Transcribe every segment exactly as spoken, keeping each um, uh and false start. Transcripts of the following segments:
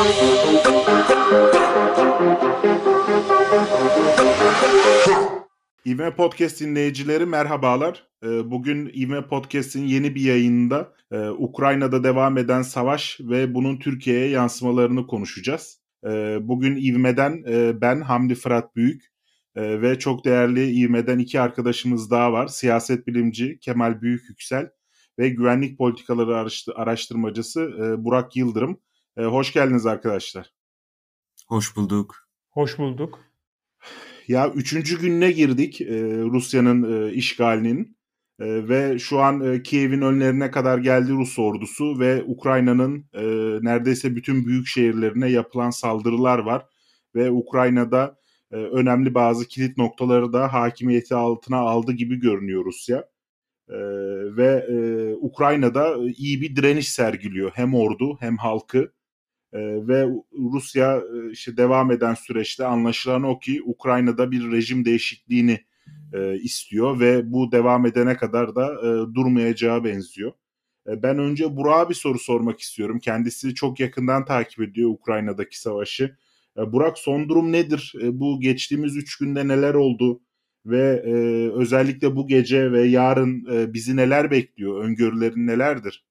İvme Podcast dinleyicileri merhabalar. Bugün İvme Podcast'in yeni bir yayınında Ukrayna'da devam eden savaş ve bunun Türkiye'ye yansımalarını konuşacağız. Bugün İvme'den ben Hamdi Fırat Büyük ve çok değerli İvme'den iki arkadaşımız daha var. Siyaset bilimci Kemal Büyüküksel ve güvenlik politikaları araştırmacısı Burak Yıldırım. Hoş geldiniz arkadaşlar. Hoş bulduk. Hoş bulduk. Ya üçüncü gününe girdik e, Rusya'nın e, işgalinin e, ve şu an e, Kiev'in önlerine kadar geldi Rus ordusu ve Ukrayna'nın e, neredeyse bütün büyük şehirlerine yapılan saldırılar var ve Ukrayna'da e, önemli bazı kilit noktaları da hakimiyeti altına aldı gibi görünüyor Rusya. E, ve e, Ukrayna'da iyi bir direniş sergiliyor hem ordu hem halkı. Ee, ve Rusya işte devam eden süreçte anlaşılan o ki Ukrayna'da bir rejim değişikliğini e, istiyor ve bu devam edene kadar da e, durmayacağı benziyor. E, ben önce Burak'a bir soru sormak istiyorum. Kendisi çok yakından takip ediyor Ukrayna'daki savaşı. E, Burak, son durum nedir? E, bu geçtiğimiz üç günde neler oldu? Ve e, özellikle bu gece ve yarın e, bizi neler bekliyor? Öngörülerin nelerdir?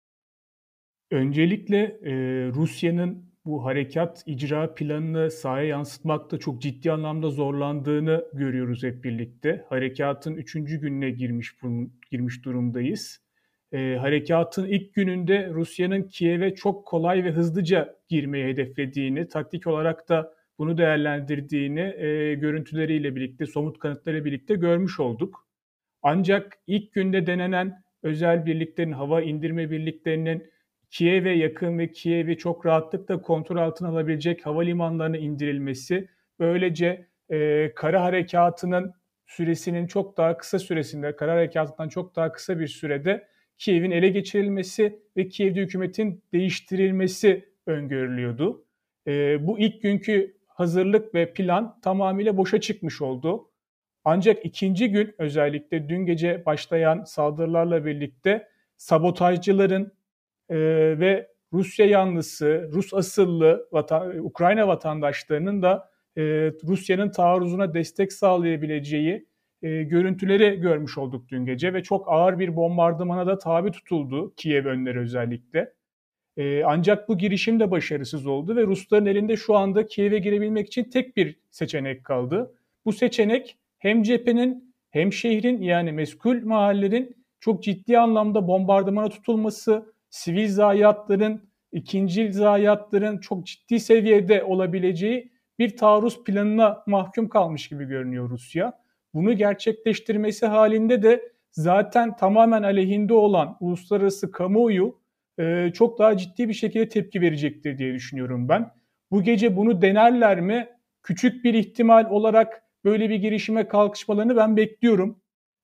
Öncelikle e, Rusya'nın bu harekat icra planını sahaya yansıtmakta çok ciddi anlamda zorlandığını görüyoruz hep birlikte. Harekatın üçüncü gününe girmiş girmiş durumdayız. E, harekatın ilk gününde Rusya'nın Kiev'e çok kolay ve hızlıca girmeyi hedeflediğini, taktik olarak da bunu değerlendirdiğini e, görüntüleriyle birlikte, somut kanıtlarıyla birlikte görmüş olduk. Ancak ilk günde denenen özel birliklerin, hava indirme birliklerinin Kiev'e yakın ve Kiev'i çok rahatlıkla kontrol altına alabilecek havalimanlarına indirilmesi, böylece e, kara harekatının süresinin çok daha kısa süresinde, kara harekatından çok daha kısa bir sürede Kiev'in ele geçirilmesi ve Kiev'de hükümetin değiştirilmesi öngörülüyordu. E, bu ilk günkü hazırlık ve plan tamamıyla boşa çıkmış oldu. Ancak ikinci gün, özellikle dün gece başlayan saldırılarla birlikte sabotajcıların e, ve Rusya yanlısı, Rus asıllı vatan, Ukrayna vatandaşlarının da e, Rusya'nın taarruzuna destek sağlayabileceği e, görüntüleri görmüş olduk dün gece ve çok ağır bir bombardımana da tabi tutuldu Kiev önleri özellikle. E, ancak bu girişim de başarısız oldu ve Rusların elinde şu anda Kiev'e girebilmek için tek bir seçenek kaldı. Bu seçenek hem cephenin hem şehrin, yani meskul mahallelerin çok ciddi anlamda bombardımana tutulması, sivil zayiatların, ikincil zayiatların çok ciddi seviyede olabileceği bir taarruz planına mahkum kalmış gibi görünüyor Rusya. Bunu gerçekleştirmesi halinde de zaten tamamen aleyhinde olan uluslararası kamuoyu e, çok daha ciddi bir şekilde tepki verecektir diye düşünüyorum ben. Bu gece bunu denerler mi? Küçük bir ihtimal olarak böyle bir girişime kalkışmalarını ben bekliyorum.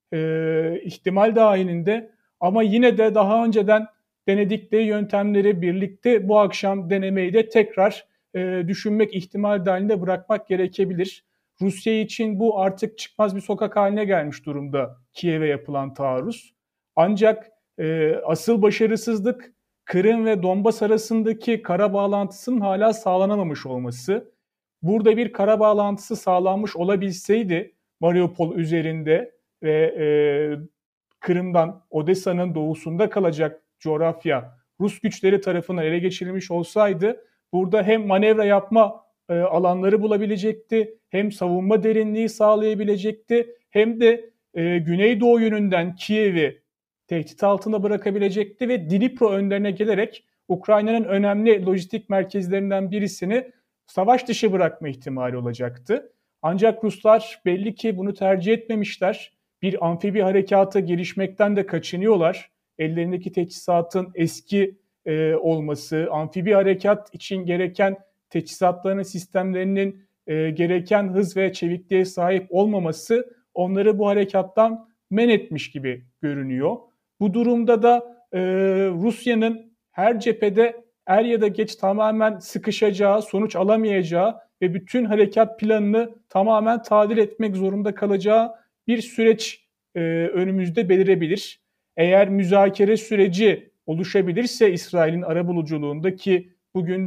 Ee, ihtimal dahilinde, ama yine de daha önceden denedikleri yöntemleri birlikte bu akşam denemeyi de tekrar e, düşünmek, ihtimal dahilinde bırakmak gerekebilir. Rusya için bu artık çıkmaz bir sokak haline gelmiş durumda, Kiev'e yapılan taarruz. Ancak e, asıl başarısızlık Kırım ve Donbas arasındaki kara bağlantısının hala sağlanamamış olması. Burada bir kara bağlantısı sağlanmış olabilseydi Mariupol üzerinde ve e, Kırım'dan Odessa'nın doğusunda kalacak coğrafya Rus güçleri tarafından ele geçirilmiş olsaydı burada hem manevra yapma e, alanları bulabilecekti, hem savunma derinliği sağlayabilecekti, hem de e, Güneydoğu yönünden Kiev'i tehdit altında bırakabilecekti ve Dnipro önlerine gelerek Ukrayna'nın önemli lojistik merkezlerinden birisini savaş dışı bırakma ihtimali olacaktı. Ancak Ruslar belli ki bunu tercih etmemişler. Bir amfibi harekata girişmekten de kaçınıyorlar. Ellerindeki teçhizatın eski e, olması, amfibi harekat için gereken teçhizatların, sistemlerinin e, gereken hız ve çevikliğe sahip olmaması onları bu harekattan men etmiş gibi görünüyor. Bu durumda da e, Rusya'nın her cephede er ya da geç tamamen sıkışacağı, sonuç alamayacağı ve bütün harekat planını tamamen tadil etmek zorunda kalacağı bir süreç e, önümüzde belirebilir. Eğer müzakere süreci oluşabilirse İsrail'in arabuluculuğunda, ki bu gündem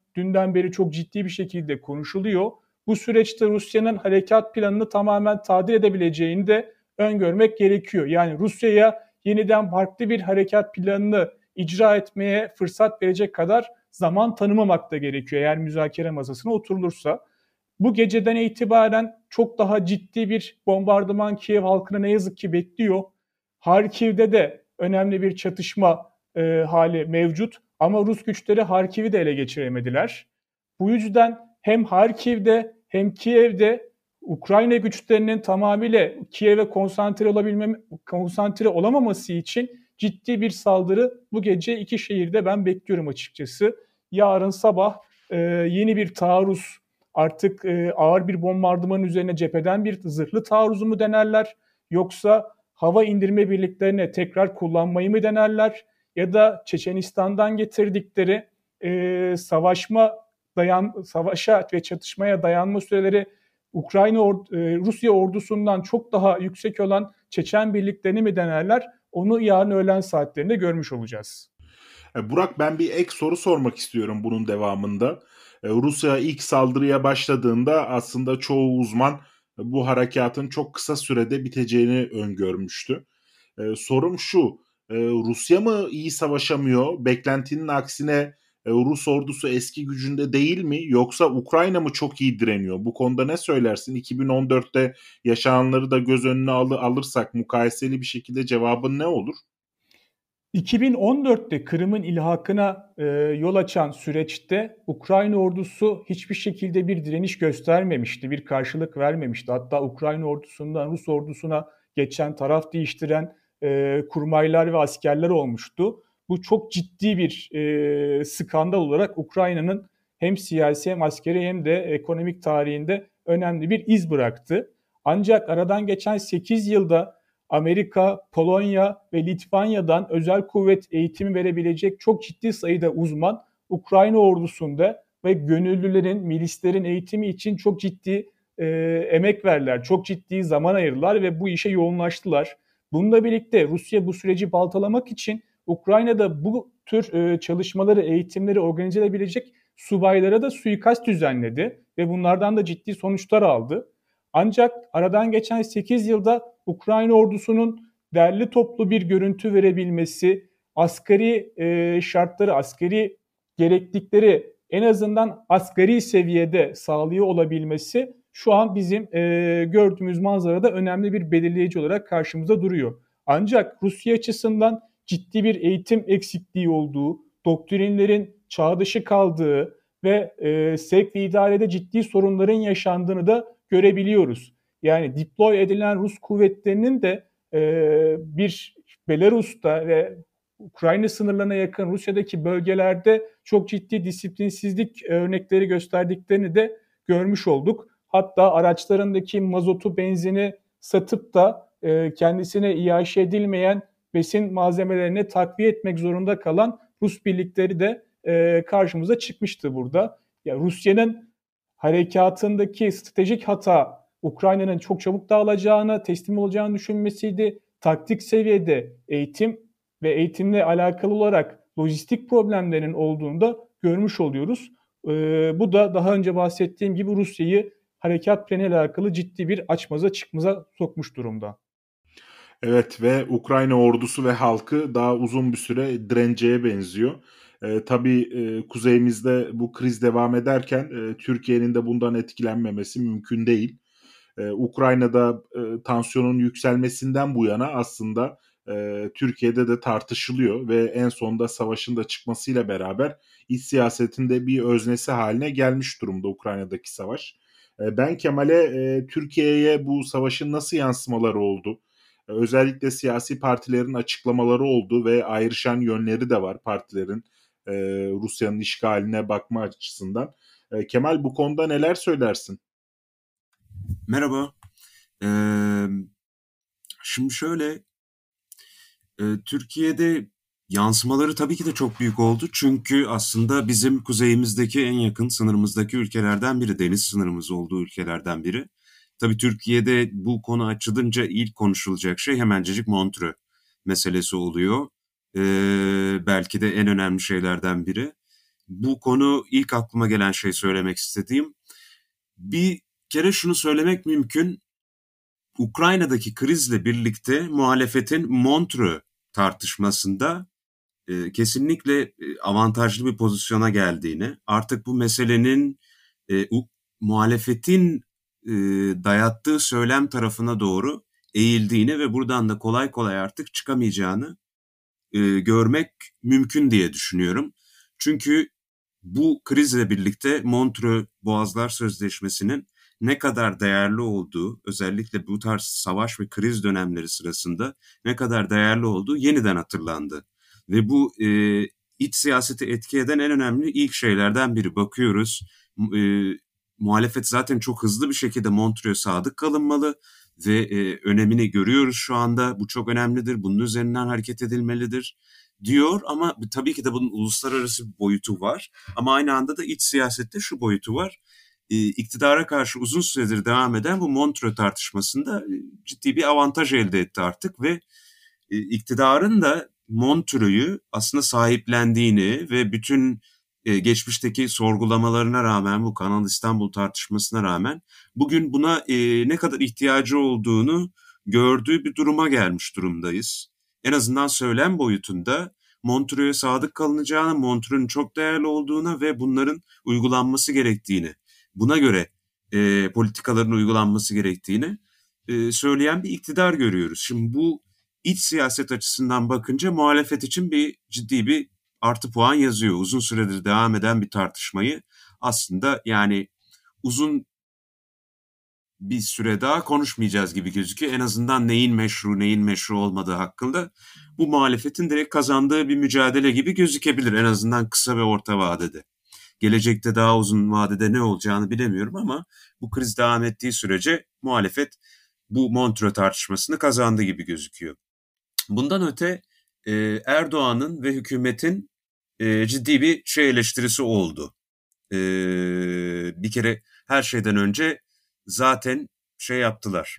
dünden beri çok ciddi bir şekilde konuşuluyor. Bu süreçte Rusya'nın harekat planını tamamen tadil edebileceğini de öngörmek gerekiyor. Yani Rusya'ya yeniden farklı bir harekat planını icra etmeye fırsat verecek kadar zaman tanımamak da gerekiyor eğer müzakere masasına oturulursa. Bu geceden itibaren çok daha ciddi bir bombardıman Kiev halkını ne yazık ki bekliyor. Harkiv'de de önemli bir çatışma e, hali mevcut ama Rus güçleri Harkiv'i de ele geçiremediler. Bu yüzden hem Harkiv'de hem Kiev'de Ukrayna güçlerinin tamamıyla Kiev'e konsantre olabilme konsantre olamaması için ciddi bir saldırı bu gece iki şehirde ben bekliyorum açıkçası. Yarın sabah e, yeni bir taarruz, artık e, ağır bir bombardımanın üzerine cepheden bir zırhlı taarruzu mu denerler, yoksa hava indirme birliklerine tekrar kullanmayı mı denerler, ya da Çeçenistan'dan getirdikleri e, savaşma dayan savaşa ve çatışmaya dayanma süreleri Ukrayna or- e, Rusya ordusundan çok daha yüksek olan Çeçen birliklerini mi denerler? Onu yarın öğlen saatlerinde görmüş olacağız. E, Burak, ben bir ek soru sormak istiyorum bunun devamında. E, Rusya ilk saldırıya başladığında aslında çoğu uzman e, bu harekatın çok kısa sürede biteceğini öngörmüştü. E, sorum şu, e, Rusya mı iyi savaşamıyor? Beklentinin aksine e, Rus ordusu eski gücünde değil mi? Yoksa Ukrayna mı çok iyi direniyor? Bu konuda ne söylersin? iki bin on dörtte yaşananları da göz önüne al- alırsak mukayeseli bir şekilde cevabın ne olur? iki bin on dörtte Kırım'ın ilhakına e, yol açan süreçte Ukrayna ordusu hiçbir şekilde bir direniş göstermemişti, bir karşılık vermemişti. Hatta Ukrayna ordusundan Rus ordusuna geçen, taraf değiştiren e, kurmaylar ve askerler olmuştu. Bu çok ciddi bir e, skandal olarak Ukrayna'nın hem siyasi hem askeri hem de ekonomik tarihinde önemli bir iz bıraktı. Ancak aradan geçen sekiz yılda Amerika, Polonya ve Litvanya'dan özel kuvvet eğitimi verebilecek çok ciddi sayıda uzman Ukrayna ordusunda ve gönüllülerin, milislerin eğitimi için çok ciddi e, emek verdiler, çok ciddi zaman ayırdılar ve bu işe yoğunlaştılar. Bununla birlikte Rusya bu süreci baltalamak için Ukrayna'da bu tür e, çalışmaları, eğitimleri organize edebilecek subaylara da suikast düzenledi ve bunlardan da ciddi sonuçlar aldı. Ancak aradan geçen sekiz yılda Ukrayna ordusunun derli toplu bir görüntü verebilmesi, asgari e, şartları, asgari gereklilikleri en azından asgari seviyede sağlıyor olabilmesi şu an bizim e, gördüğümüz manzarada önemli bir belirleyici olarak karşımıza duruyor. Ancak Rusya açısından ciddi bir eğitim eksikliği olduğu, doktrinlerin çağ dışı kaldığı ve e, sevk ve idarede ciddi sorunların yaşandığını da görebiliyoruz. Yani deploy edilen Rus kuvvetlerinin de e, bir Belarus'ta ve Ukrayna sınırlarına yakın Rusya'daki bölgelerde çok ciddi disiplinsizlik örnekleri gösterdiklerini de görmüş olduk. Hatta araçlarındaki mazotu, benzini satıp da e, kendisine iaşe edilmeyen besin malzemelerini takviye etmek zorunda kalan Rus birlikleri de e, karşımıza çıkmıştı burada. Ya Rusya'nın harekatındaki stratejik hata Ukrayna'nın çok çabuk dağılacağını, teslim olacağını düşünmesiydi. Taktik seviyede eğitim ve eğitimle alakalı olarak lojistik problemlerin olduğunu da görmüş oluyoruz. Ee, bu da daha önce bahsettiğim gibi Rusya'yı harekat planı ile alakalı ciddi bir açmaza çıkmaza sokmuş durumda. Evet, ve Ukrayna ordusu ve halkı daha uzun bir süre direneceğe benziyor. E, tabii e, kuzeyimizde bu kriz devam ederken e, Türkiye'nin de bundan etkilenmemesi mümkün değil. E, Ukrayna'da e, tansiyonun yükselmesinden bu yana aslında e, Türkiye'de de tartışılıyor ve en sonunda savaşın da çıkmasıyla beraber iç siyasetinde bir öznesi haline gelmiş durumda Ukrayna'daki savaş. E, ben Kemal'e e, Türkiye'ye bu savaşın nasıl yansımaları oldu? E, özellikle siyasi partilerin açıklamaları oldu ve ayrışan yönleri de var partilerin e, Rusya'nın işgaline bakma açısından. E, Kemal, bu konuda neler söylersin? Merhaba. Ee, Şimdi şöyle, e, Türkiye'de yansımaları tabii ki de çok büyük oldu. Çünkü aslında bizim kuzeyimizdeki en yakın sınırımızdaki ülkelerden biri, deniz sınırımız olduğu ülkelerden biri. Tabii Türkiye'de bu konu açılınca ilk konuşulacak şey hemencecik Montreux meselesi oluyor. Ee, belki de en önemli şeylerden biri. bu konu ilk aklıma gelen şey söylemek istediğim. Bir kere şunu söylemek mümkün. Ukrayna'daki krizle birlikte muhalefetin Montreux tartışmasında e, kesinlikle e, avantajlı bir pozisyona geldiğini, artık bu meselenin e, u, muhalefetin e, dayattığı söylem tarafına doğru eğildiğini ve buradan da kolay kolay artık çıkamayacağını e, görmek mümkün diye düşünüyorum. Çünkü bu krizle birlikte Montreux Boğazlar Sözleşmesi'nin ne kadar değerli olduğu, özellikle bu tarz savaş ve kriz dönemleri sırasında ne kadar değerli olduğu yeniden hatırlandı. Ve bu e, iç siyaseti etki eden en önemli ilk şeylerden biri. Bakıyoruz, e, muhalefet zaten çok hızlı bir şekilde Montreux'e sadık kalınmalı ve e, önemini görüyoruz şu anda. Bu çok önemlidir, bunun üzerinden hareket edilmelidir diyor ama tabii ki de bunun uluslararası bir boyutu var. Ama aynı anda da iç siyasette şu boyutu var. E, iktidara karşı uzun süredir devam eden bu Montreux tartışmasında e, ciddi bir avantaj elde etti artık ve e, iktidarın da Montreux'u aslında sahiplendiğini ve bütün e, geçmişteki sorgulamalarına rağmen, bu Kanal İstanbul tartışmasına rağmen bugün buna e, ne kadar ihtiyacı olduğunu gördüğü bir duruma gelmiş durumdayız. En azından söylem boyutunda Montreux'e sadık kalınacağına, Montreux'un çok değerli olduğuna ve bunların uygulanması gerektiğini, buna göre e, politikaların uygulanması gerektiğini e, söyleyen bir iktidar görüyoruz. Şimdi bu iç siyaset açısından bakınca muhalefet için bir ciddi bir artı puan yazıyor. Uzun süredir devam eden bir tartışmayı aslında yani uzun bir süre daha konuşmayacağız gibi gözüküyor. En azından neyin meşru, neyin meşru olmadığı hakkında bu muhalefetin direkt kazandığı bir mücadele gibi gözükebilir. En azından kısa ve orta vadede. Gelecekte daha uzun vadede ne olacağını bilemiyorum ama bu kriz devam ettiği sürece muhalefet bu Montreux tartışmasını kazandı gibi gözüküyor. Bundan öte e, Erdoğan'ın ve hükümetin e, ciddi bir şey eleştirisi oldu. E, bir kere her şeyden önce zaten şey yaptılar.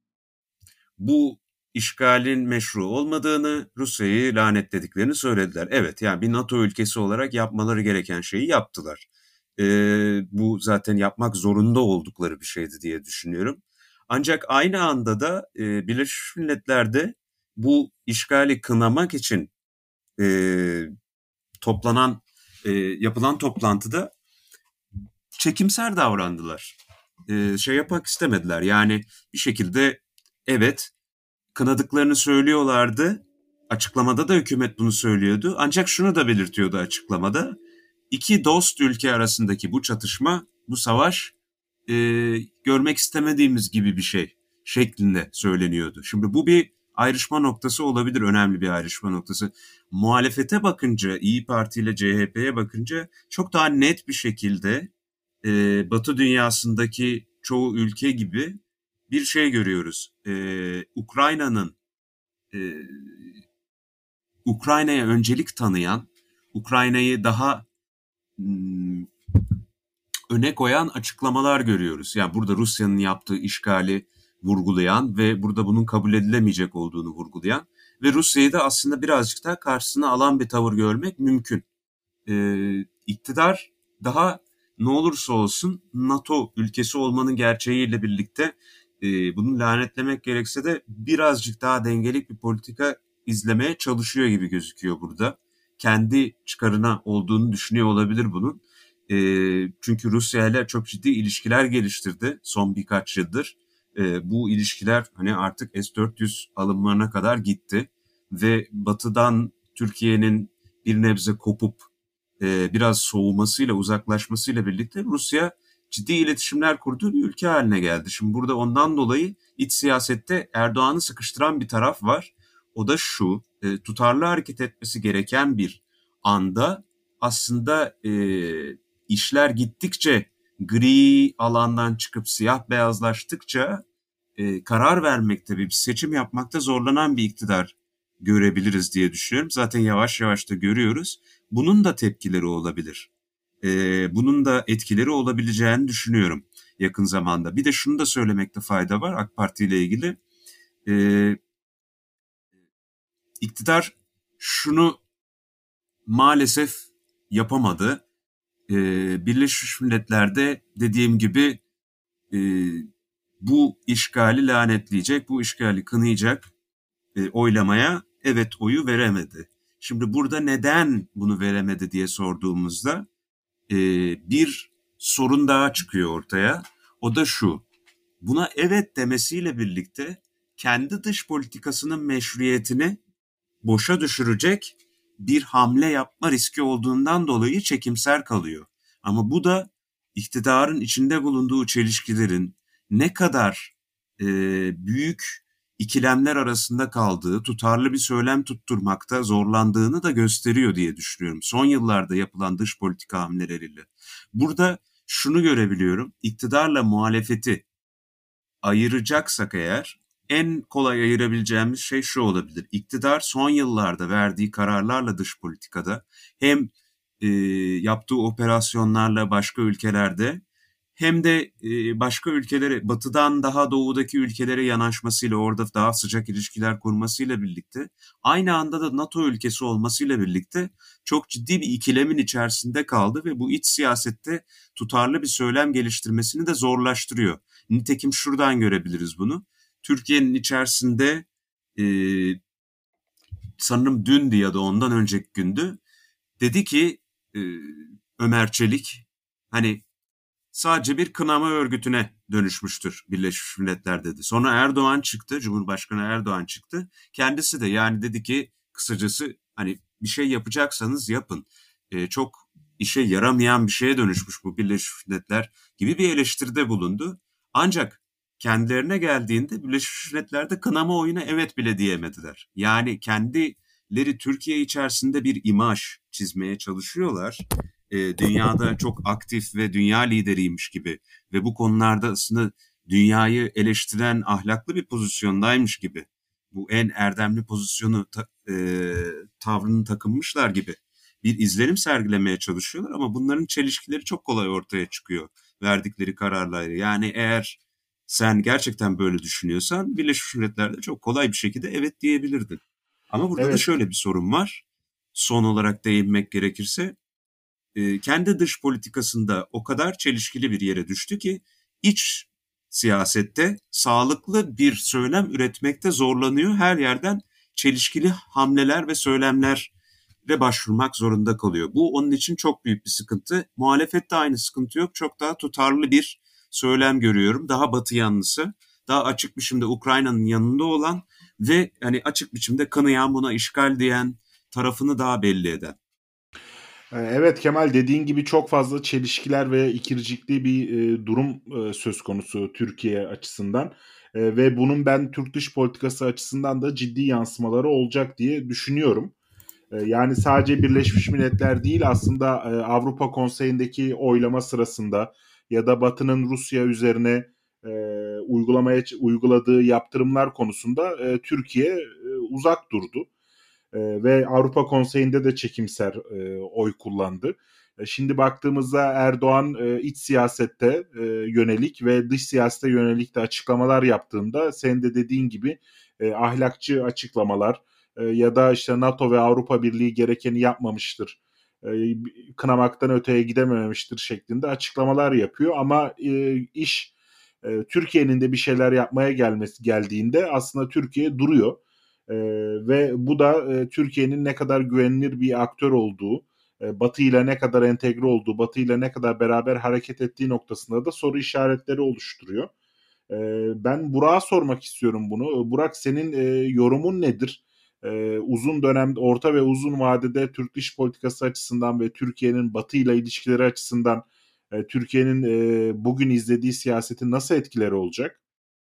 Bu işgalin meşru olmadığını, Rusya'yı lanetlediklerini söylediler. Evet, yani bir NATO ülkesi olarak yapmaları gereken şeyi yaptılar. E, bu zaten yapmak zorunda oldukları bir şeydi diye düşünüyorum. Ancak aynı anda da e, Birleşmiş Milletler'de bu işgali kınamak için e, toplanan, e, yapılan toplantıda çekimser davrandılar. E, şey yapmak istemediler. Yani bir şekilde evet kınadıklarını söylüyorlardı. Açıklamada da hükümet bunu söylüyordu. Ancak şunu da belirtiyordu açıklamada. İki dost ülke arasındaki bu çatışma, bu savaş e, görmek istemediğimiz gibi bir şey şeklinde söyleniyordu. Şimdi bu bir ayrışma noktası olabilir, önemli bir ayrışma noktası. Muhalefete bakınca, İYİ Parti ile C H P'ye bakınca çok daha net bir şekilde e, Batı dünyasındaki çoğu ülke gibi bir şey görüyoruz. E, Ukrayna'nın e, Ukrayna'ya öncelik tanıyan, Ukrayna'yı daha m, öne koyan açıklamalar görüyoruz. Yani burada Rusya'nın yaptığı işgali vurgulayan ve burada bunun kabul edilemeyecek olduğunu vurgulayan ve Rusya'yı da aslında birazcık daha karşısına alan bir tavır görmek mümkün. Ee, iktidar daha ne olursa olsun NATO ülkesi olmanın gerçeğiyle birlikte e, bunu lanetlemek gerekse de birazcık daha dengelik bir politika izlemeye çalışıyor gibi gözüküyor burada. Kendi çıkarına olduğunu düşünüyor olabilir bunun. E, çünkü Rusya ile çok ciddi ilişkiler geliştirdi son birkaç yıldır. E, bu ilişkiler hani artık S dört yüz alımlarına kadar gitti ve Batı'dan Türkiye'nin bir nebze kopup e, biraz soğumasıyla, uzaklaşmasıyla birlikte Rusya ciddi iletişimler kurduğu bir ülke haline geldi. Şimdi burada ondan dolayı iç siyasette Erdoğan'ı sıkıştıran bir taraf var. O da şu, e, tutarlı hareket etmesi gereken bir anda aslında e, işler gittikçe gri alandan çıkıp siyah beyazlaştıkça e, karar vermekte ve bir seçim yapmakta zorlanan bir iktidar görebiliriz diye düşünüyorum. Zaten yavaş yavaş da görüyoruz. Bunun da tepkileri olabilir. E, bunun da etkileri olabileceğini düşünüyorum yakın zamanda. Bir de şunu da söylemekte fayda var AK Parti ile ilgili. E, iktidar şunu maalesef yapamadı. e, Birleşmiş Milletler'de dediğim gibi e, bu işgali lanetleyecek, bu işgali kınayacak e, oylamaya evet oyu veremedi. Şimdi burada neden bunu veremedi diye sorduğumuzda e, bir sorun daha çıkıyor ortaya. O da şu: buna evet demesiyle birlikte kendi dış politikasının meşruiyetini boşa düşürecek bir hamle yapma riski olduğundan dolayı çekimser kalıyor. Ama bu da iktidarın içinde bulunduğu çelişkilerin ne kadar e, büyük ikilemler arasında kaldığı, tutarlı bir söylem tutturmakta zorlandığını da gösteriyor diye düşünüyorum. Son yıllarda yapılan dış politika hamleleriyle. Burada şunu görebiliyorum: iktidarla muhalefeti ayıracaksak eğer en kolay ayırabileceğimiz şey şu olabilir: İktidar son yıllarda verdiği kararlarla dış politikada hem e, yaptığı operasyonlarla başka ülkelerde hem de e, başka ülkelere, batıdan daha doğudaki ülkelere yanaşmasıyla, orada daha sıcak ilişkiler kurmasıyla birlikte, aynı anda da NATO ülkesi olmasıyla birlikte çok ciddi bir ikilemin içerisinde kaldı ve bu iç siyasette tutarlı bir söylem geliştirmesini de zorlaştırıyor. Nitekim şuradan görebiliriz bunu: Türkiye'nin içerisinde e, sanırım dündü ya da ondan önceki gündü, dedi ki e, Ömer Çelik, hani sadece bir kınama örgütüne dönüşmüştür Birleşmiş Milletler dedi. Sonra Erdoğan çıktı, Cumhurbaşkanı Erdoğan çıktı. Kendisi de yani dedi ki, kısacası hani bir şey yapacaksanız yapın. E, çok işe yaramayan bir şeye dönüşmüş bu Birleşmiş Milletler gibi bir eleştiride bulundu. Ancak kendilerine geldiğinde Birleşmiş Milletler'de kınama oyuna evet bile diyemediler. Yani kendileri Türkiye içerisinde bir imaj çizmeye çalışıyorlar. E, dünyada çok aktif ve dünya lideriymiş gibi ve bu konularda aslında dünyayı eleştiren ahlaklı bir pozisyondaymış gibi, bu en erdemli pozisyonu ta, e, tavrını takınmışlar gibi bir izlenim sergilemeye çalışıyorlar ama bunların çelişkileri çok kolay ortaya çıkıyor verdikleri kararlarla. Yani eğer sen gerçekten böyle düşünüyorsan Birleşmiş Milletler'de çok kolay bir şekilde evet diyebilirdin. Ama burada da Evet. şöyle bir sorun var. Son olarak değinmek gerekirse, e, kendi dış politikasında o kadar çelişkili bir yere düştü ki iç siyasette sağlıklı bir söylem üretmekte zorlanıyor. Her yerden çelişkili hamleler ve söylemlere başvurmak zorunda kalıyor. Bu onun için çok büyük bir sıkıntı. Muhalefette aynı sıkıntı yok. Çok daha tutarlı bir söylem görüyorum. Daha batı yanlısı, daha açık biçimde Ukrayna'nın yanında olan ve hani açık biçimde kınayan, buna işgal diyen tarafını daha belli eden. Evet Kemal, dediğin gibi çok fazla çelişkiler ve ikircikli bir e, durum e, söz konusu Türkiye açısından. E, ve bunun ben Türk dış politikası açısından da ciddi yansımaları olacak diye düşünüyorum. E, yani sadece Birleşmiş Milletler değil, aslında e, Avrupa Konseyi'ndeki oylama sırasında ya da Batı'nın Rusya üzerine e, uygulamaya uyguladığı yaptırımlar konusunda e, Türkiye e, uzak durdu. E, ve Avrupa Konseyi'nde de çekimser e, oy kullandı. E, şimdi baktığımızda Erdoğan e, iç siyasette e, yönelik ve dış siyasete yönelik de açıklamalar yaptığında, senin de dediğin gibi e, ahlakçı açıklamalar e, ya da işte NATO ve Avrupa Birliği gerekeni yapmamıştır, e, kınamaktan öteye gidememiştir şeklinde açıklamalar yapıyor. Ama e, iş e, Türkiye'nin de bir şeyler yapmaya gelmesi geldiğinde aslında Türkiye duruyor. Ee, ve bu da e, Türkiye'nin ne kadar güvenilir bir aktör olduğu, e, Batı ile ne kadar entegre olduğu, Batı ile ne kadar beraber hareket ettiği noktasında da soru işaretleri oluşturuyor. E, ben Burak'a sormak istiyorum bunu. Burak, senin e, yorumun nedir? E, uzun dönemde, orta ve uzun vadede Türk dış politikası açısından ve Türkiye'nin Batı ile ilişkileri açısından e, Türkiye'nin e, bugün izlediği siyasetin nasıl etkileri olacak?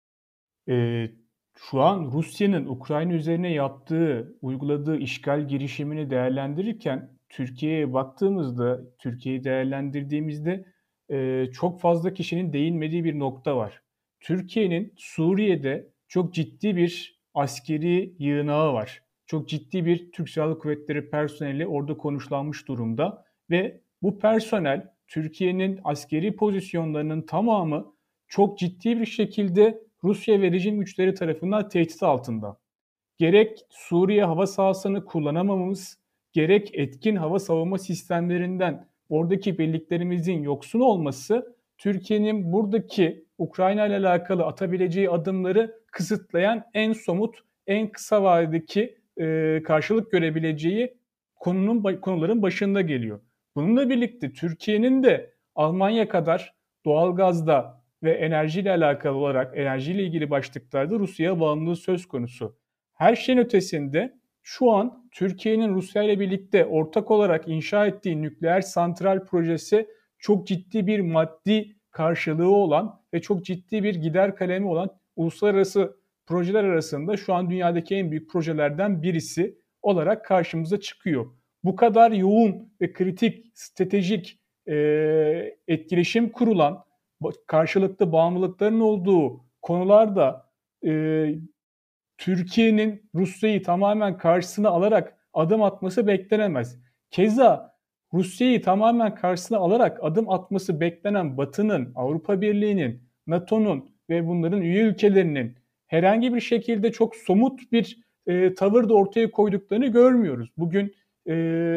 Ee, Şu an Rusya'nın Ukrayna üzerine yaptığı, uyguladığı işgal girişimini değerlendirirken Türkiye'ye baktığımızda, Türkiye'yi değerlendirdiğimizde e, çok fazla kişinin değinmediği bir nokta var. Türkiye'nin Suriye'de çok ciddi bir askeri yığınağı var. Çok ciddi bir Türk Silahlı Kuvvetleri personeli orada konuşlanmış durumda ve bu personel, Türkiye'nin askeri pozisyonlarının tamamı çok ciddi bir şekilde Rusya ve rejim güçleri tarafından tehdit altında. Gerek Suriye hava sahasını kullanamamamız, gerek etkin hava savunma sistemlerinden oradaki birliklerimizin yoksun olması Türkiye'nin buradaki Ukrayna ile alakalı atabileceği adımları kısıtlayan en somut, en kısa vadedeki e, karşılık görebileceği konunun konuların başında geliyor. Bununla birlikte Türkiye'nin de Almanya kadar doğalgazda ve enerjiyle alakalı olarak enerjiyle ilgili başlıklarda Rusya'ya bağımlılığı söz konusu. Her şeyin ötesinde şu an Türkiye'nin Rusya ile birlikte ortak olarak inşa ettiği nükleer santral projesi çok ciddi bir maddi karşılığı olan ve çok ciddi bir gider kalemi olan uluslararası projeler arasında şu an dünyadaki en büyük projelerden birisi olarak karşımıza çıkıyor. Bu kadar yoğun ve kritik, stratejik e, etkileşim kurulan, karşılıklı bağımlılıkların olduğu konularda e, Türkiye'nin Rusya'yı tamamen karşısına alarak adım atması beklenemez. Keza Rusya'yı tamamen karşısına alarak adım atması beklenen Batı'nın, Avrupa Birliği'nin, NATO'nun ve bunların üye ülkelerinin herhangi bir şekilde çok somut bir e, tavır da ortaya koyduklarını görmüyoruz. Bugün e,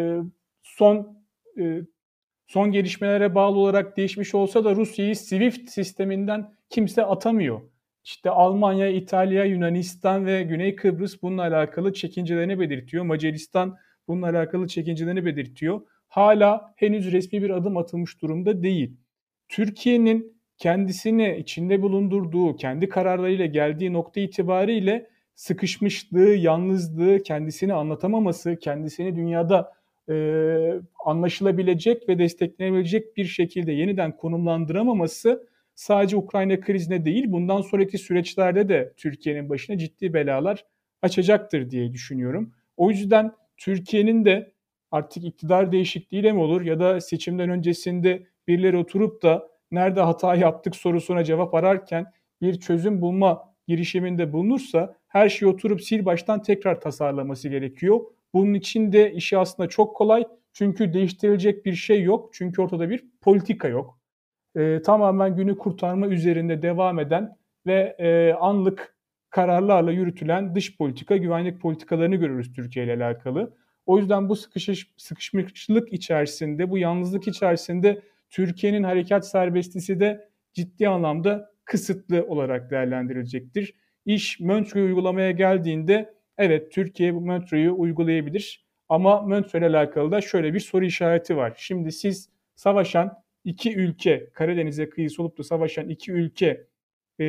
son e, son gelişmelere bağlı olarak değişmiş olsa da Rusya'yı SWIFT sisteminden kimse atamıyor. İşte Almanya, İtalya, Yunanistan ve Güney Kıbrıs bununla alakalı çekincelerini belirtiyor. Macaristan bununla alakalı çekincelerini belirtiyor. Hala henüz resmi bir adım atılmış durumda değil. Türkiye'nin kendisini içinde bulundurduğu, kendi kararlarıyla geldiği nokta itibariyle sıkışmışlığı, yalnızlığı, kendisini anlatamaması, kendisini dünyada e, anlaşılabilecek ve desteklenebilecek bir şekilde yeniden konumlandıramaması sadece Ukrayna krizine değil, bundan sonraki süreçlerde de Türkiye'nin başına ciddi belalar açacaktır diye düşünüyorum. O yüzden Türkiye'nin de artık iktidar değişikliğiyle mi olur ya da seçimden öncesinde birileri oturup da nerede hata yaptık sorusuna cevap ararken bir çözüm bulma girişiminde bulunursa her şeyi oturup sil baştan tekrar tasarlaması gerekiyor. Bunun için de işi aslında çok kolay çünkü değiştirilecek bir şey yok. Çünkü ortada bir politika yok. Ee, tamamen günü kurtarma üzerinde devam eden ve e, anlık kararlarla yürütülen dış politika, güvenlik politikalarını görürüz Türkiye ile alakalı. O yüzden bu sıkışış, sıkışmışlık içerisinde, bu yalnızlık içerisinde Türkiye'nin harekat serbestisi de ciddi anlamda kısıtlı olarak değerlendirilecektir. İş Montreux uygulamaya geldiğinde evet Türkiye bu Montreux'u uygulayabilir ama Montreux ile alakalı da şöyle bir soru işareti var. Şimdi siz savaşan iki ülke, Karadeniz'e kıyısı olup da savaşan iki ülke e,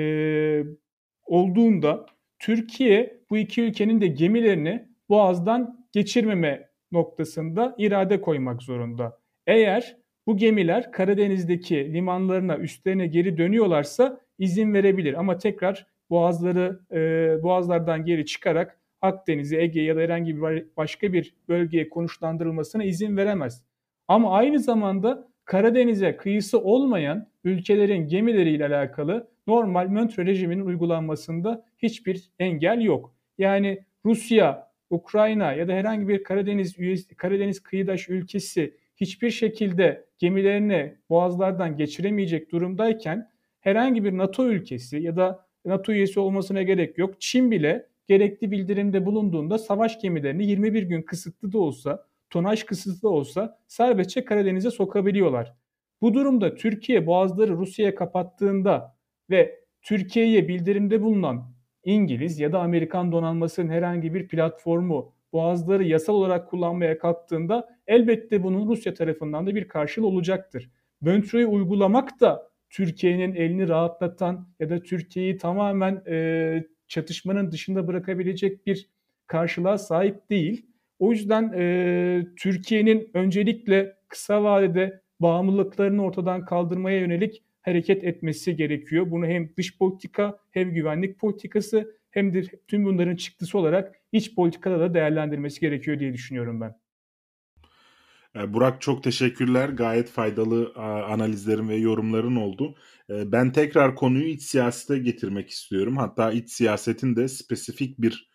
olduğunda Türkiye bu iki ülkenin de gemilerini Boğaz'dan geçirmeme noktasında irade koymak zorunda. Eğer bu gemiler Karadeniz'deki limanlarına, üstlerine geri dönüyorlarsa izin verebilir ama tekrar boğazları e, boğazlardan geri çıkarak Akdeniz'e, Ege ya da herhangi bir başka bir bölgeye konuşlandırılmasına izin veremez. Ama aynı zamanda Karadeniz'e kıyısı olmayan ülkelerin gemileriyle alakalı normal Montreux rejiminin uygulanmasında hiçbir engel yok. Yani Rusya, Ukrayna ya da herhangi bir Karadeniz üyesi, Karadeniz kıyıdaş ülkesi hiçbir şekilde gemilerini boğazlardan geçiremeyecek durumdayken herhangi bir NATO ülkesi ya da NATO üyesi olmasına gerek yok. Çin bile gerekli bildirimde bulunduğunda savaş gemilerini yirmi bir gün kısıtlı da olsa, tonaj kısıtlı olsa serbestçe Karadeniz'e sokabiliyorlar. Bu durumda Türkiye boğazları Rusya'ya kapattığında ve Türkiye'ye bildirimde bulunan İngiliz ya da Amerikan donanmasının herhangi bir platformu boğazları yasal olarak kullanmaya kalktığında elbette bunun Rusya tarafından da bir karşılığı olacaktır. Montreux'u uygulamak da Türkiye'nin elini rahatlatan ya da Türkiye'yi tamamen e, çatışmanın dışında bırakabilecek bir karşılığa sahip değil. O yüzden e, Türkiye'nin öncelikle kısa vadede bağımlılıklarını ortadan kaldırmaya yönelik hareket etmesi gerekiyor. Bunu hem dış politika hem güvenlik politikası hem de tüm bunların çıktısı olarak iç politikada da değerlendirmesi gerekiyor diye düşünüyorum ben. Burak çok teşekkürler. Gayet faydalı analizlerin ve yorumların oldu. Ben tekrar konuyu iç siyasete getirmek istiyorum. Hatta iç siyasetin de spesifik bir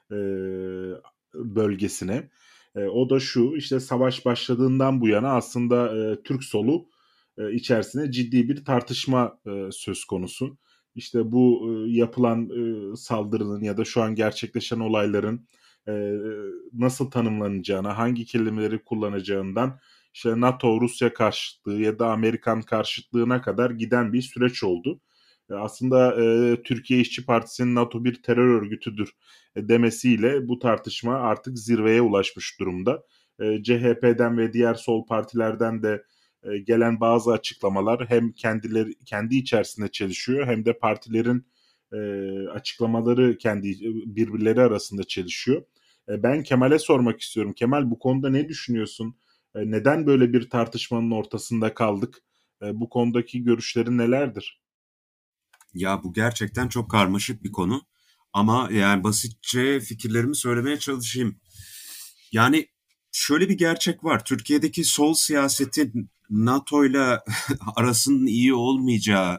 bölgesine. O da şu, işte savaş başladığından bu yana aslında Türk solu içerisinde ciddi bir tartışma söz konusu. İşte bu yapılan saldırının ya da şu an gerçekleşen olayların nasıl tanımlanacağına, hangi kelimeleri kullanacağından işte NATO-Rusya karşıtlığı ya da Amerikan karşıtlığına kadar giden bir süreç oldu. E, aslında e, Türkiye İşçi Partisi'nin NATO bir terör örgütüdür e, demesiyle bu tartışma artık zirveye ulaşmış durumda. E, C H P'den ve diğer sol partilerden de e, gelen bazı açıklamalar hem kendileri kendi içerisinde çelişiyor hem de partilerin e, açıklamaları kendi birbirleri arasında çelişiyor. E, ben Kemal'e sormak istiyorum. Kemal, bu konuda ne düşünüyorsun? E, neden böyle bir tartışmanın ortasında kaldık? E, bu konudaki görüşlerin nelerdir? Ya bu gerçekten çok karmaşık bir konu. Ama yani basitçe fikirlerimi söylemeye çalışayım. Yani şöyle bir gerçek var. Türkiye'deki sol siyasetin NATO'yla arasının iyi olmayacağını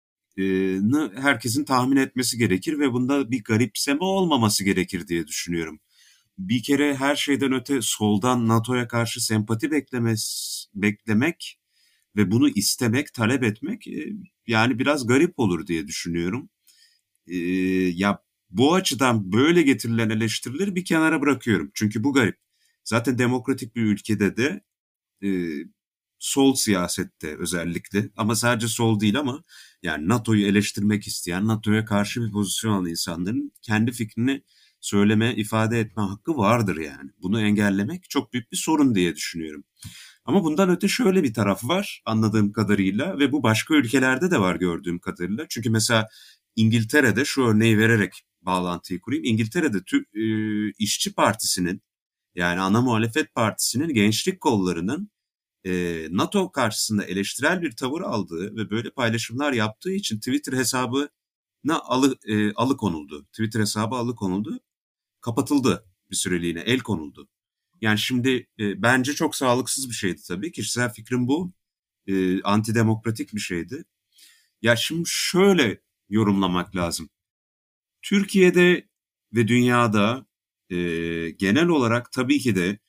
herkesin tahmin etmesi gerekir ve bunda bir garipseme olmaması gerekir diye düşünüyorum. Bir kere her şeyden öte soldan NATO'ya karşı sempati beklemez, beklemek ve bunu istemek, talep etmek e, yani biraz garip olur diye düşünüyorum. E, ya bu açıdan böyle getirilen eleştirileri bir kenara bırakıyorum. Çünkü bu garip. Zaten demokratik bir ülkede de e, sol siyasette özellikle ama sadece sol değil ama yani NATO'yu eleştirmek isteyen, NATO'ya karşı bir pozisyon alan insanların kendi fikrini söyleme, ifade etme hakkı vardır yani. Bunu engellemek çok büyük bir sorun diye düşünüyorum. Ama bundan öte şöyle bir taraf var anladığım kadarıyla ve bu başka ülkelerde de var gördüğüm kadarıyla. Çünkü mesela İngiltere'de şu örneği vererek bağlantıyı kurayım. İngiltere'de Türk e, İşçi Partisi'nin yani ana muhalefet partisinin gençlik kollarının e, NATO karşısında eleştirel bir tavır aldığı ve böyle paylaşımlar yaptığı için Twitter hesabına alı, e, alıkonuldu. Twitter hesabı alıkonuldu, kapatıldı bir süreliğine, el konuldu. Yani şimdi e, bence çok sağlıksız bir şeydi tabii. Kişisel fikrim bu. E, antidemokratik bir şeydi. Ya şimdi şöyle yorumlamak lazım. Türkiye'de ve dünyada e, genel olarak tabii ki de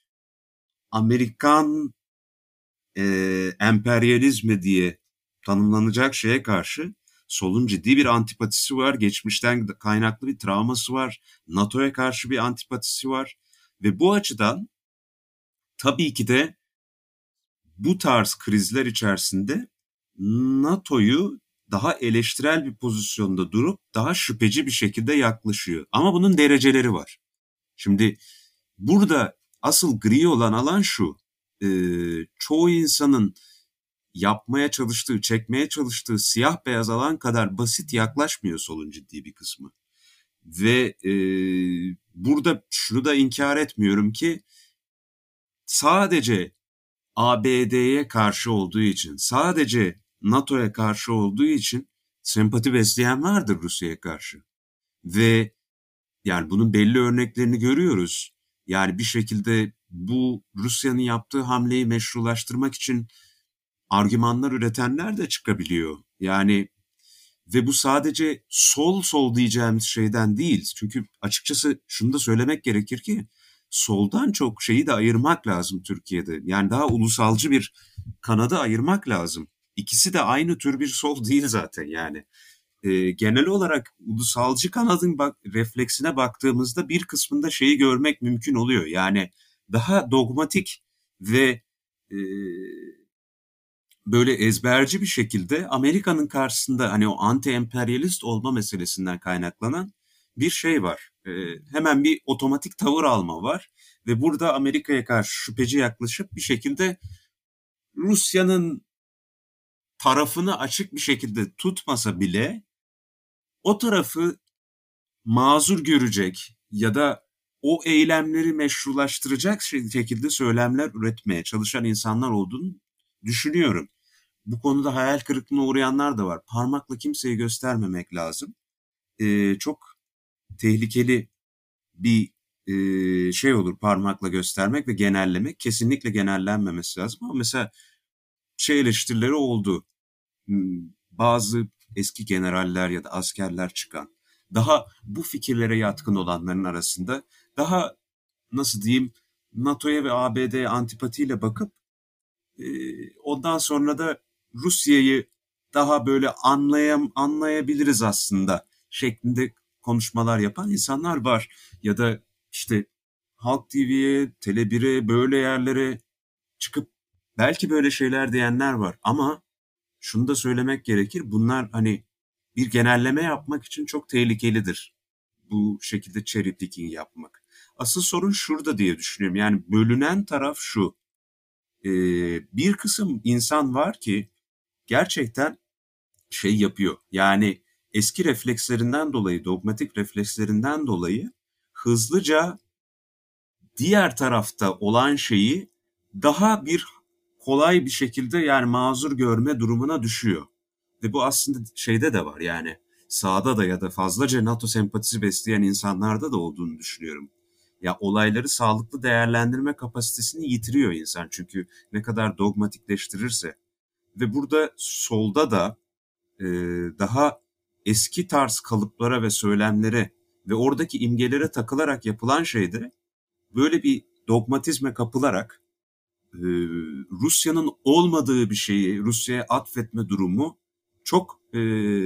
Amerikan e, emperyalizmi diye tanımlanacak şeye karşı solun ciddi bir antipatisi var. Geçmişten kaynaklı bir travması var. NATO'ya karşı bir antipatisi var. Ve bu açıdan tabii ki de bu tarz krizler içerisinde NATO'yu daha eleştirel bir pozisyonda durup daha şüpheci bir şekilde yaklaşıyor. Ama bunun dereceleri var. Şimdi burada asıl gri olan alan şu. E, çoğu insanın yapmaya çalıştığı, çekmeye çalıştığı siyah beyaz alan kadar basit yaklaşmıyor solun ciddi bir kısmı. Ve e, burada şunu da inkar etmiyorum ki sadece A B D'ye karşı olduğu için, sadece NATO'ya karşı olduğu için sempati besleyen vardır Rusya'ya karşı. Ve yani bunun belli örneklerini görüyoruz. Yani bir şekilde bu Rusya'nın yaptığı hamleyi meşrulaştırmak için argümanlar üretenler de çıkabiliyor. Yani ve bu sadece sol sol diyeceğimiz şeyden değil. Çünkü açıkçası şunu da söylemek gerekir ki soldan çok şeyi de ayırmak lazım Türkiye'de. Yani daha ulusalcı bir kanadı ayırmak lazım. İkisi de aynı tür bir sol değil zaten yani. E, genel olarak ulusalcı kanadın bak, refleksine baktığımızda bir kısmında şeyi görmek mümkün oluyor. Yani daha dogmatik ve e, böyle ezberci bir şekilde Amerika'nın karşısında hani o anti-emperyalist olma meselesinden kaynaklanan bir şey var. E, hemen bir otomatik tavır alma var ve burada Amerika'ya karşı şüpheci yaklaşıp bir şekilde Rusya'nın tarafını açık bir şekilde tutmasa bile o tarafı mazur görecek ya da o eylemleri meşrulaştıracak şekilde söylemler üretmeye çalışan insanlar olduğunu düşünüyorum. Bu konuda hayal kırıklığına uğrayanlar da var. Parmakla kimseyi göstermemek lazım. Ee, çok tehlikeli bir e, şey olur parmakla göstermek ve genellemek. Kesinlikle genellenmemesi lazım. Ama mesela şey eleştirileri oldu. Bazı eski generaller ya da askerler çıkan, daha bu fikirlere yatkın olanların arasında daha nasıl diyeyim NATO'ya ve A B D'ye antipatiyle bakıp e, ondan sonra da Rusya'yı daha böyle anlayam anlayabiliriz aslında şeklinde konuşmalar yapan insanlar var. Ya da işte Halk T V'ye, Tele bir'e böyle yerlere çıkıp belki böyle şeyler diyenler var ama şunu da söylemek gerekir. Bunlar hani bir genelleme yapmak için çok tehlikelidir. Bu şekilde cherry picking yapmak. Asıl sorun şurada diye düşünüyorum. Yani bölünen taraf şu. Ee, bir kısım insan var ki gerçekten şey yapıyor. Yani eski reflekslerinden dolayı, dogmatik reflekslerinden dolayı hızlıca diğer tarafta olan şeyi daha bir kolay bir şekilde yani mazur görme durumuna düşüyor. Ve bu aslında şeyde de var yani sağda da ya da fazlaca NATO sempatisi besleyen insanlarda da olduğunu düşünüyorum. Ya olayları sağlıklı değerlendirme kapasitesini yitiriyor insan çünkü ne kadar dogmatikleştirirse. Ve burada solda da e, daha eski tarz kalıplara ve söylemlere ve oradaki imgelere takılarak yapılan şeyde böyle bir dogmatizme kapılarak e, Rusya'nın olmadığı bir şeyi Rusya'ya atfetme durumu çok e,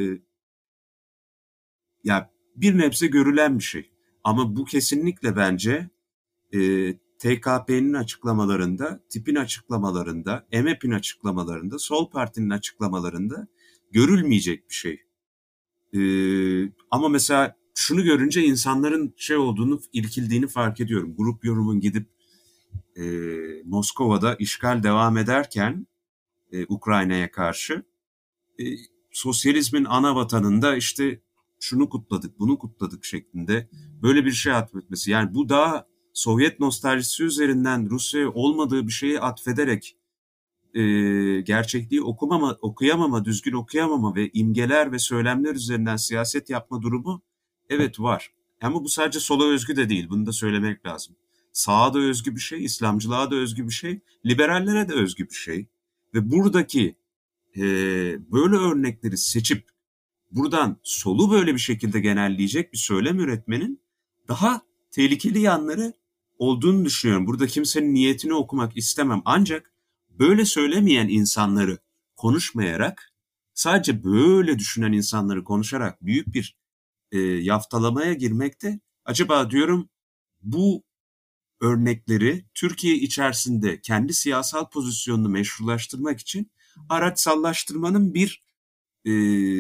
ya bir nebze görülen bir şey. Ama bu kesinlikle bence e, T K P'nin açıklamalarında, tipin açıklamalarında, M H P'nin açıklamalarında, Sol Parti'nin açıklamalarında görülmeyecek bir şey. E, ama mesela şunu görünce insanların şey olduğunu, irkildiğini fark ediyorum. Grup yorumun gidip e, Moskova'da işgal devam ederken e, Ukrayna'ya karşı e, sosyalizmin ana vatanında işte şunu kutladık, bunu kutladık şeklinde böyle bir şey atfetmesi. Yani bu daha Sovyet nostaljisi üzerinden Rusya'ya olmadığı bir şeyi atfederek e, gerçekliği okumama, okuyamama, düzgün okuyamama ve imgeler ve söylemler üzerinden siyaset yapma durumu evet var. Ama bu sadece sola özgü de değil, bunu da söylemek lazım. Sağa da özgü bir şey, İslamcılığa da özgü bir şey, liberallere de özgü bir şey. Ve buradaki e, böyle örnekleri seçip buradan solu böyle bir şekilde genelleyecek bir söylem üretmenin daha tehlikeli yanları olduğunu düşünüyorum. Burada kimsenin niyetini okumak istemem. Ancak böyle söylemeyen insanları konuşmayarak, sadece böyle düşünen insanları konuşarak büyük bir e, yaftalamaya girmekte, acaba diyorum bu örnekleri Türkiye içerisinde kendi siyasal pozisyonunu meşrulaştırmak için araçsallaştırmanın bir e,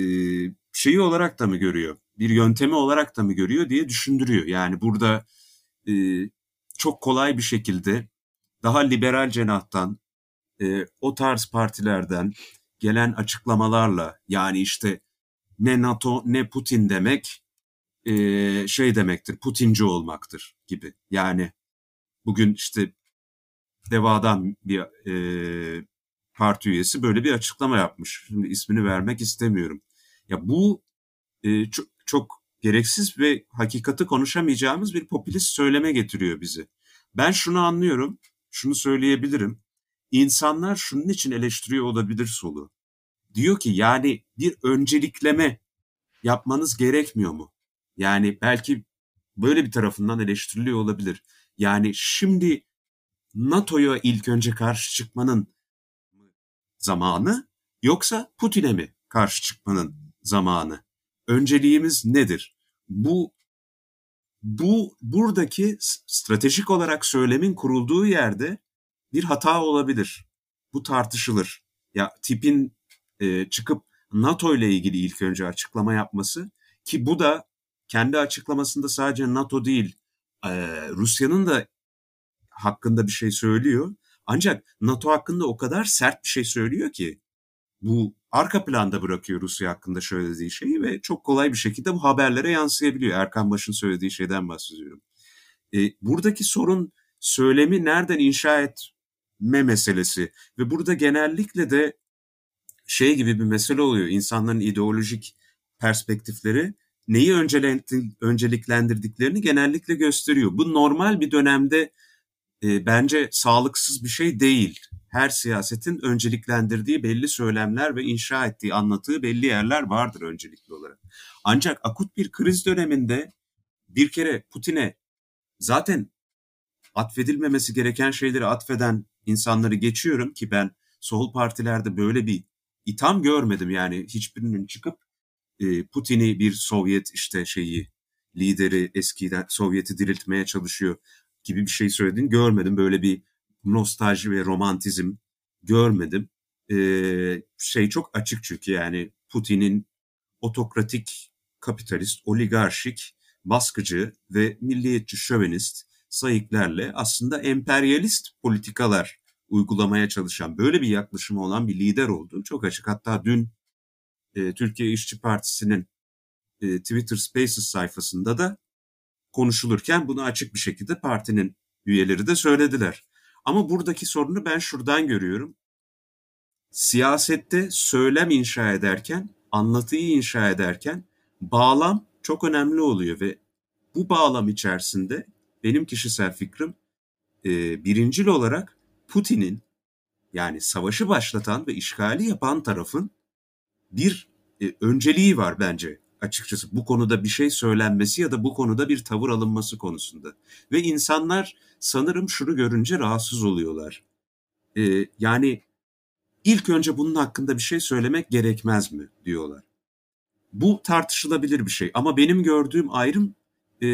şeyi olarak da mı görüyor? Bir yöntemi olarak da mı görüyor diye düşündürüyor. Yani burada e, çok kolay bir şekilde daha liberal cenahtan, e, o tarz partilerden gelen açıklamalarla yani işte ne NATO ne Putin demek e, şey demektir, Putinci olmaktır gibi. Yani bugün işte Deva'dan bir e, parti üyesi böyle bir açıklama yapmış. Şimdi ismini vermek istemiyorum. Ya bu e, çok, çok gereksiz ve hakikati konuşamayacağımız bir popülist söyleme getiriyor bizi. Ben şunu anlıyorum, şunu söyleyebilirim. İnsanlar şunun için eleştiriyor olabilir solu. Diyor ki yani bir öncelikleme yapmanız gerekmiyor mu? Yani belki böyle bir tarafından eleştiriliyor olabilir. Yani şimdi NATO'ya ilk önce karşı çıkmanın zamanı yoksa Putin'e mi karşı çıkmanın zamanı? Önceliğimiz nedir? Bu bu buradaki stratejik olarak söylemin kurulduğu yerde bir hata olabilir. Bu tartışılır. Ya tipin e, çıkıp NATO ile ilgili ilk önce açıklama yapması ki bu da kendi açıklamasında sadece NATO değil e, Rusya'nın da hakkında bir şey söylüyor. Ancak NATO hakkında o kadar sert bir şey söylüyor ki bu arka planda bırakıyor Rusya hakkında söylediği şeyi ve çok kolay bir şekilde bu haberlere yansıyabiliyor. Erkan Baş'ın söylediği şeyden bahsediyorum. E, buradaki sorun söylemi nereden inşa etme meselesi ve burada genellikle de şey gibi bir mesele oluyor. İnsanların ideolojik perspektifleri neyi önceliklendirdiklerini genellikle gösteriyor. Bu normal bir dönemde e, bence sağlıksız bir şey değil. Her siyasetin önceliklendirdiği belli söylemler ve inşa ettiği, anlattığı belli yerler vardır öncelikli olarak. Ancak akut bir kriz döneminde bir kere Putin'e zaten atfedilmemesi gereken şeyleri atfeden insanları geçiyorum ki ben sol partilerde böyle bir itham görmedim. Yani hiçbirinin çıkıp e, Putin'i bir Sovyet işte şeyi lideri eskiden Sovyet'i diriltmeye çalışıyor gibi bir şey söylediğini görmedim. Böyle bir nostalji ve romantizm görmedim. Ee, şey çok açık çünkü yani Putin'in otokratik, kapitalist, oligarşik, baskıcı ve milliyetçi şövenist sayıklarla aslında emperyalist politikalar uygulamaya çalışan, böyle bir yaklaşımı olan bir lider olduğu çok açık. Hatta dün e, Türkiye İşçi Partisi'nin e, Twitter Spaces sayfasında da konuşulurken bunu açık bir şekilde partinin üyeleri de söylediler. Ama buradaki sorunu ben şuradan görüyorum. Siyasette söylem inşa ederken, anlatıyı inşa ederken bağlam çok önemli oluyor ve bu bağlam içerisinde benim kişisel fikrim e, birincil olarak Putin'in, yani savaşı başlatan ve işgali yapan tarafın bir e, önceliği var bence açıkçası bu konuda bir şey söylenmesi ya da bu konuda bir tavır alınması konusunda. Ve insanlar sanırım şunu görünce rahatsız oluyorlar. E, yani ilk önce bunun hakkında bir şey söylemek gerekmez mi diyorlar. Bu tartışılabilir bir şey ama benim gördüğüm ayrım e,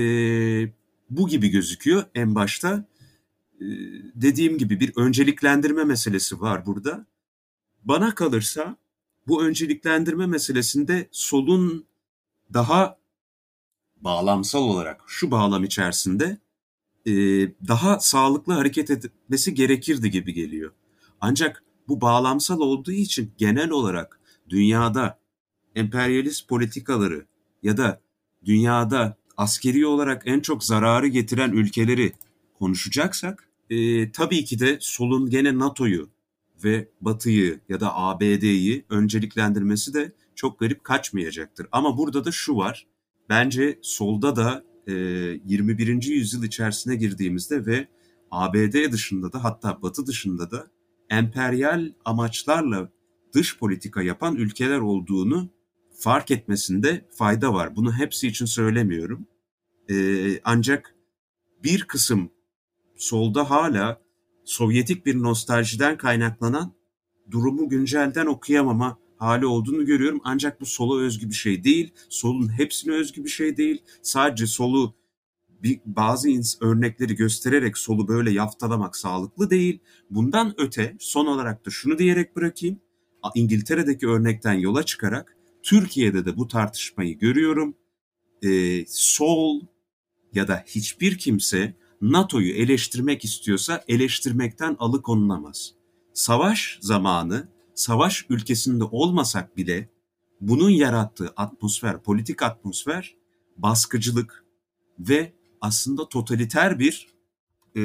bu gibi gözüküyor en başta. E, dediğim gibi bir önceliklendirme meselesi var burada. Bana kalırsa bu önceliklendirme meselesinde solun daha bağlamsal olarak şu bağlam içerisinde e, daha sağlıklı hareket etmesi gerekirdi gibi geliyor. Ancak bu bağlamsal olduğu için genel olarak dünyada emperyalist politikaları ya da dünyada askeri olarak en çok zararı getiren ülkeleri konuşacaksak e, tabii ki de solun gene NATO'yu ve Batı'yı ya da A B D'yi önceliklendirmesi de çok garip kaçmayacaktır. Ama burada da şu var. Bence solda da e, yirmi birinci yüzyıl içerisine girdiğimizde ve A B D dışında da hatta Batı dışında da emperyal amaçlarla dış politika yapan ülkeler olduğunu fark etmesinde fayda var. Bunu hepsi için söylemiyorum. Ee, ancak bir kısım solda hala Sovyetik bir nostaljiden kaynaklanan durumu güncelden okuyamama hali olduğunu görüyorum. Ancak bu sola özgü bir şey değil. Solun hepsine özgü bir şey değil. Sadece solu bir, bazı örnekleri göstererek solu böyle yaftalamak sağlıklı değil. Bundan öte son olarak da şunu diyerek bırakayım. İngiltere'deki örnekten yola çıkarak Türkiye'de de bu tartışmayı görüyorum. Ee, sol ya da hiçbir kimse NATO'yu eleştirmek istiyorsa eleştirmekten alıkonulamaz. Savaş zamanı, savaş ülkesinde olmasak bile bunun yarattığı atmosfer, politik atmosfer, baskıcılık ve aslında totaliter bir e,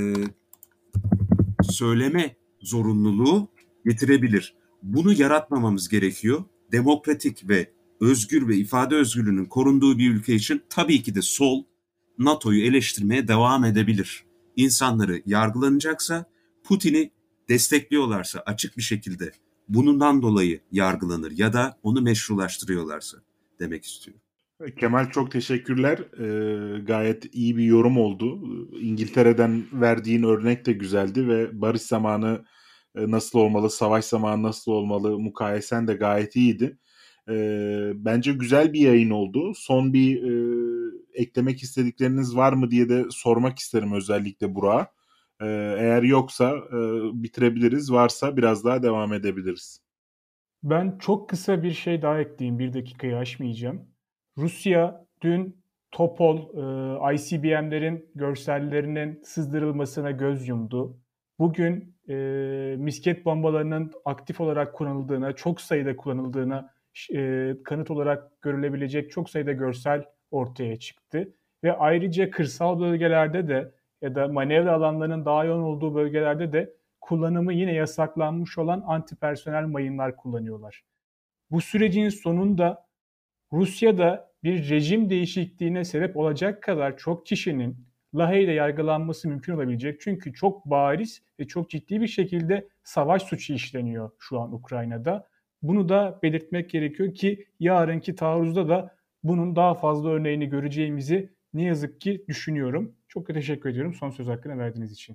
söyleme zorunluluğu getirebilir. Bunu yaratmamamız gerekiyor. Demokratik ve özgür ve ifade özgürlüğünün korunduğu bir ülke için tabii ki de sol NATO'yu eleştirmeye devam edebilir. İnsanları yargılanacaksa, Putin'i destekliyorlarsa açık bir şekilde bundan dolayı yargılanır ya da onu meşrulaştırıyorlarsa demek istiyorum. Kemal çok teşekkürler. Ee, gayet iyi bir yorum oldu. İngiltere'den verdiğin örnek de güzeldi ve barış zamanı e, nasıl olmalı, savaş zamanı nasıl olmalı mukayesen de gayet iyiydi. Ee, bence güzel bir yayın oldu. Son bir e, eklemek istedikleriniz var mı diye de sormak isterim özellikle Burak'a. Ee, eğer yoksa e, bitirebiliriz. Varsa biraz daha devam edebiliriz. Ben çok kısa bir şey daha ekleyeyim. Bir dakikayı aşmayacağım. Rusya dün Topol, e, I C B M'lerin görsellerinin sızdırılmasına göz yumdu. Bugün e, misket bombalarının aktif olarak kullanıldığına, çok sayıda kullanıldığına e, kanıt olarak görülebilecek çok sayıda görsel ortaya çıktı. Ve ayrıca kırsal bölgelerde de ya da manevra alanlarının daha yoğun olduğu bölgelerde de kullanımı yine yasaklanmış olan antipersonel mayınlar kullanıyorlar. Bu sürecin sonunda Rusya'da bir rejim değişikliğine sebep olacak kadar çok kişinin Lahey'de yargılanması mümkün olabilecek. Çünkü çok bariz ve çok ciddi bir şekilde savaş suçu işleniyor şu an Ukrayna'da. Bunu da belirtmek gerekiyor ki yarınki taarruzda da bunun daha fazla örneğini göreceğimizi ne yazık ki düşünüyorum. Çok teşekkür ediyorum son söz hakkını verdiğiniz için.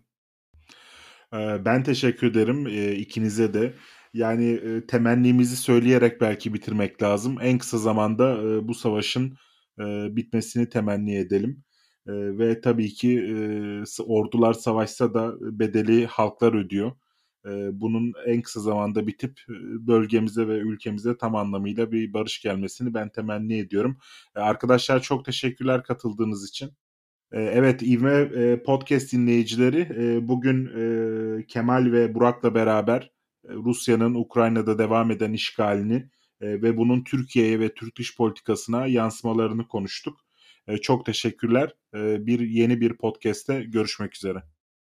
Ben teşekkür ederim e, ikinize de. Yani e, temennimizi söyleyerek belki bitirmek lazım. En kısa zamanda e, bu savaşın e, bitmesini temenni edelim. E, ve tabii ki e, ordular savaşsa da bedeli halklar ödüyor. bunun en kısa zamanda bitip bölgemize ve ülkemize tam anlamıyla bir barış gelmesini ben temenni ediyorum. Arkadaşlar çok teşekkürler katıldığınız için. Evet, İvme Podcast dinleyicileri, bugün Kemal ve Burak'la beraber Rusya'nın Ukrayna'da devam eden işgalini ve bunun Türkiye'ye ve Türk dış politikasına yansımalarını konuştuk. Çok teşekkürler. Bir yeni bir podcast'te görüşmek üzere.